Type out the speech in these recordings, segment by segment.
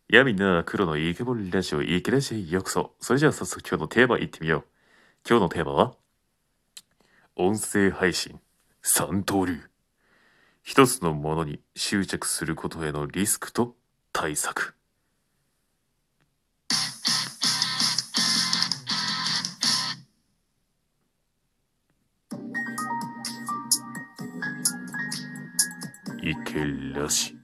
やみんな、黒のイケボリラジオ、イケラジへようこそ。それじゃあ早速今日のテーマいってみよう。今日のテーマは、音声配信、三刀流。一つのものに執着することへのリスクと対策。イケラジ。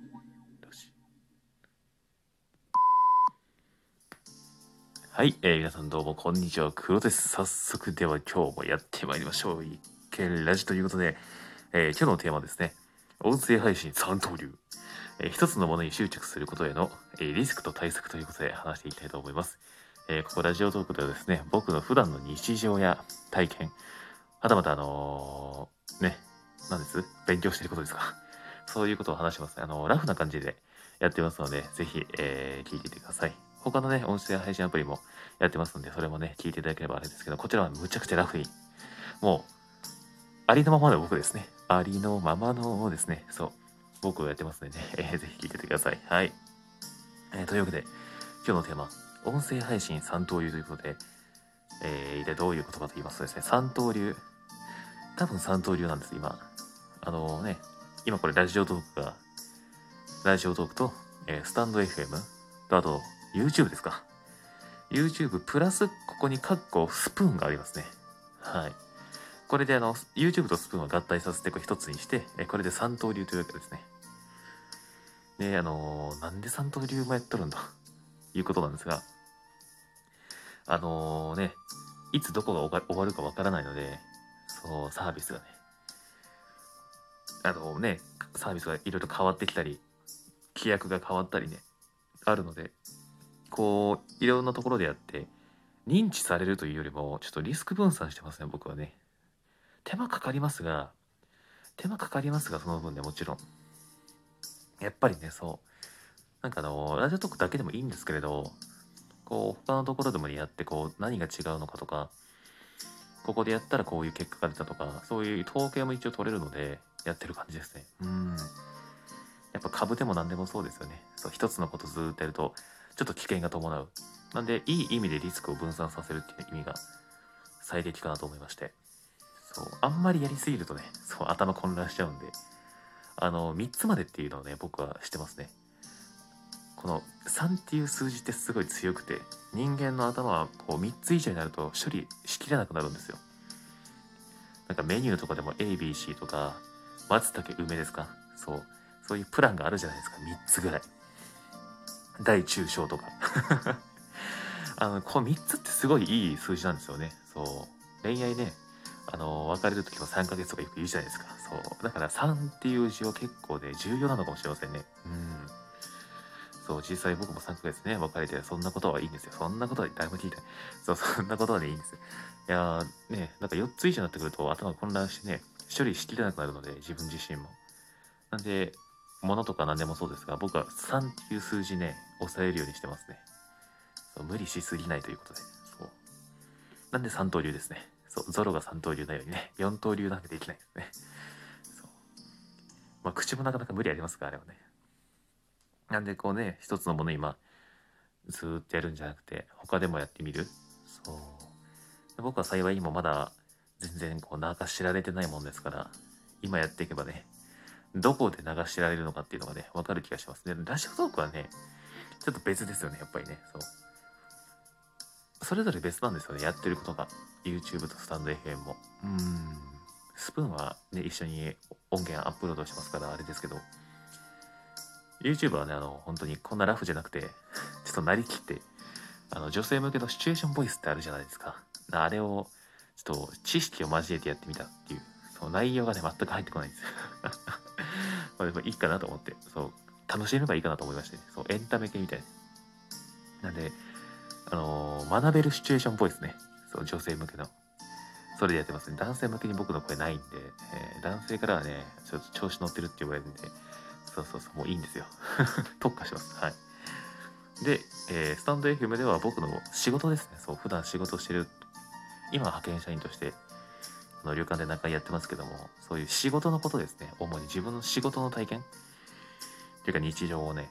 はい、皆さんどうもこんにちは、黒です。早速では今日もやってまいりましょう。イケラジということで、今日のテーマはですね、音声配信三刀流。一つのものに執着することへの、リスクと対策ということで話していきたいと思います。ここラジオトークではですね、僕の普段の日常や体験、はたまた何です勉強していることですかそういうことを話しますね。ラフな感じでやってますので、ぜひ、聞いていてください。他のね、音声配信アプリもやってますので、それもね、聞いていただければあれですけど、こちらはむちゃくちゃラフに、もう、ありのままの僕ですね。ありのままのですね、そう、僕をやってますのでね、ぜひ聞いててください。はい。というわけで、今日のテーマ、音声配信三刀流ということで、一体どういうことかと言いますとですね、三刀流、多分三刀流なんです、今。今これラジオトークが、ラジオトークと、スタンド FM と、あと YouTube ですか。YouTube プラスここにカッコスプーンがありますね。はい。これでYouTube とスプーンを合体させてこれ一つにして、これで三刀流というわけですね。で、なんで三刀流もやっとるんだということなんですが、いつどこが終わるかわからないので、そう、サービスがね、サービスがいろいろ変わってきたり、規約が変わったりね、あるので、こう、いろんなところでやって、認知されるというよりも、ちょっとリスク分散してますね、僕はね。手間かかりますが、その分ね、もちろん。やっぱりね、そう。ラジオトークだけでもいいんですけれど、こう、他のところでもやって、こう、何が違うのかとか、ここでやったらこういう結果が出たとか、そういう統計も一応取れるので、やってる感じですね。やっぱ株でも何でもそうですよね。そう、一つのことずっとやると、ちょっと危険が伴う。なんで、いい意味でリスクを分散させるっていう意味が最適かなと思いまして。そう、あんまりやりすぎるとね、そう、頭混乱しちゃうんで、3つまでっていうのをね、僕はしてますね。この3っていう数字ってすごい強くて、人間の頭はこう3つ以上になると処理しきれなくなるんですよ。なんかメニューとかでも ABC とか、松茸梅ですか、そういうプランがあるじゃないですか、3つぐらい。大中小とか。この3つってすごいいい数字なんですよね。そう。恋愛ね、別れる時も3ヶ月とかよく言うじゃないですか。そう。だから3っていう字は結構ね、重要なのかもしれませんね。そう、実際僕も3ヶ月ね、別れて、そんなことはいいんですよ。そんなことは誰も聞いてない。そう、そんなことはね、いいんですよ。いやー、ね、なんか4つ以上になってくると頭が混乱してね、処理しきれなくなるので、自分自身も。なんで、物とか何でもそうですが、僕は3っていう数字ね、抑えるようにしてますね。そう、無理しすぎないということで。そう。なんで三刀流ですね。そう、ゾロが三刀流のようにね、四刀流なんてできないですね。そう。まあ、口もなかなか無理ありますが、あれはね。なんでこうね、一つのもの今、ずーっとやるんじゃなくて、他でもやってみる。そう。僕は幸いにもまだ全然こう流し知られてないもんですから、今やっていけばね、どこで流し知られるのかっていうのがね、わかる気がしますね。ラジオトークはね、ちょっと別ですよね、やっぱりね。そう。それぞれ別なんですよね、やってることが。YouTube とスタンド FM も。スプーンはね、一緒に音源アップロードしますから、あれですけど、YouTube はね、本当にこんなラフじゃなくて、ちょっとなりきって、女性向けのシチュエーションボイスってあるじゃないですか。あれを、ちょっと知識を交えてやってみたっていう、その内容がね、全く入ってこないんですよ。まあでもいいかなと思って、そう、楽しめばいいかなと思いまして、そう、エンタメ系みたいな。なんで、学べるシチュエーションボイスね。そう、女性向けの。それでやってますね。男性向けに僕の声ないんで、男性からはね、ちょっと調子乗ってるって言われるんで、そう、もういいんですよ。特化します。はい。で、スタンド FM では僕の仕事ですね。そう、普段仕事してる、今は派遣社員として、旅館で中やってますけども、そういう仕事のことですね。主に自分の仕事の体験っていうか日常をね、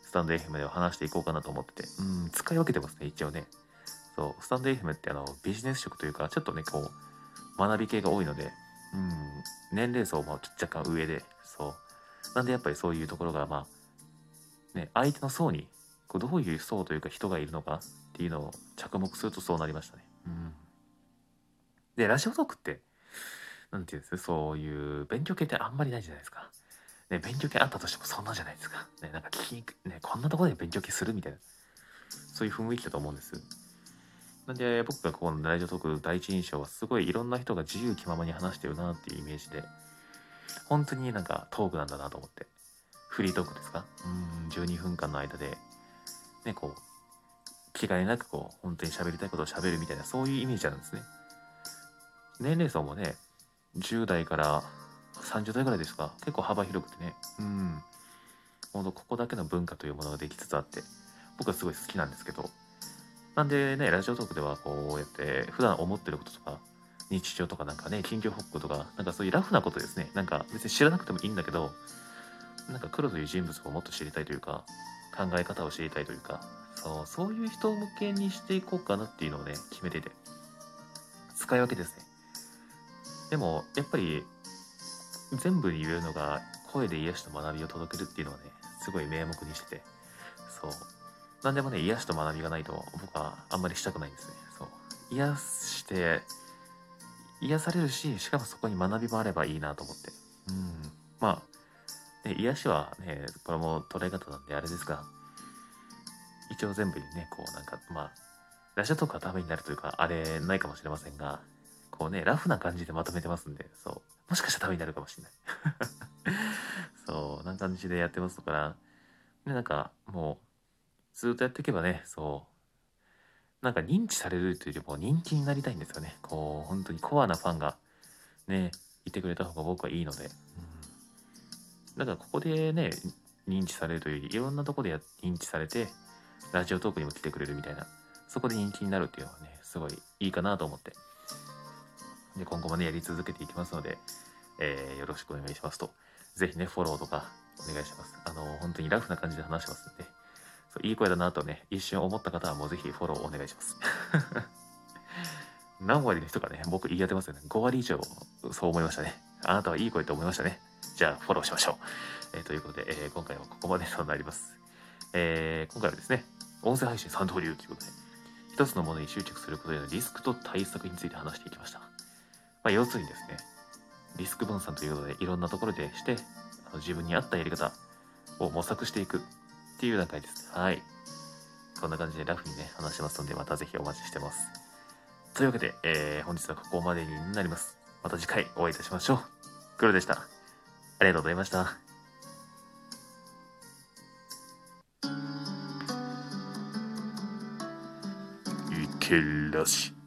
スタンド FM では話していこうかなと思ってて、使い分けてますね、一応ね。そう、スタンド FM ってビジネス職というか、ちょっとね、こう、学び系が多いので、年齢層も若干上で、そう。なんでやっぱりそういうところが、まあ、ね、相手の層に、こうどういう層というか人がいるのかっていうのを着目するとそうなりましたね。で、ラジオトークって、なんていうんですか、そういう勉強系ってあんまりないじゃないですか。ね、勉強系あったとしてもそんなじゃないですか。ね、なんか聞きにくい、ね、こんなところで勉強系するみたいな、そういう雰囲気だと思うんです。なんで、僕がこのラジオトーク第一印象はすごいいろんな人が自由気ままに話してるなっていうイメージで、本当になんかトークなんだなと思って。フリートークですか12分間の間で、ね、こう、気兼ねなくこう、本当に喋りたいことを喋るみたいな、そういうイメージなんですね。年齢層もね、10代から30代ぐらいですか、結構幅広くてね、ほんとここだけの文化というものができつつあって、僕はすごい好きなんですけど、なんでね、ラジオトークではこうやって普段思ってることとか、日常とかなんかね、近況報告とか、なんかそういうラフなことですね。なんか別に知らなくてもいいんだけど、なんか黒という人物をもっと知りたいというか、考え方を知りたいというか、そういう人向けにしていこうかなっていうのをね、決めてて、使い分けですね。でも、やっぱり、全部に言えるのが、声で癒しと学びを届けるっていうのはね、すごい名目にしてて、そう。なんでもね、癒しと学びがないと、僕はあんまりしたくないんですね。そう。癒して、癒されるし、しかもそこに学びもあればいいなと思って。まあ、ね、癒しはね、これも捉え方なんであれですが、一応全部にね、こうなんか、まあ、ラジオとかためになるというか、あれないかもしれませんが、こうね、ラフな感じでまとめてますんで、そう。もしかしたらためになるかもしれない。そう、な感じでやってますから、ね、なんかもう、ずっとやっていけばね、そう、なんか認知されるというよりも人気になりたいんですよね。こう、本当にコアなファンがね、いてくれた方が僕はいいので。だからここでね、認知されるというより、いろんなとこで認知されて、ラジオトークにも来てくれるみたいな、そこで人気になるっていうのはね、すごいいいかなと思って。で、今後もね、やり続けていきますので、よろしくお願いしますと。ぜひね、フォローとかお願いします。本当にラフな感じで話してますんで、そういい声だなとね、一瞬思った方はもうぜひフォローお願いします。何割の人がね、僕言い当てますよね。5割以上そう思いましたね。あなたはいい声と思いましたね。じゃあ、フォローしましょう。ということで、今回はここまでとなります。今回はですね、音声配信三刀流ということで、一つのものに執着することへのリスクと対策について話していきました。要するにですね、リスク分散ということで、いろんなところでして、自分に合ったやり方を模索していくっていう段階です。はい。そんな感じでラフにね、話しますので、またぜひお待ちしてます。というわけで、本日はここまでになります。また次回お会いいたしましょう。黒でした。ありがとうございました。いけらし。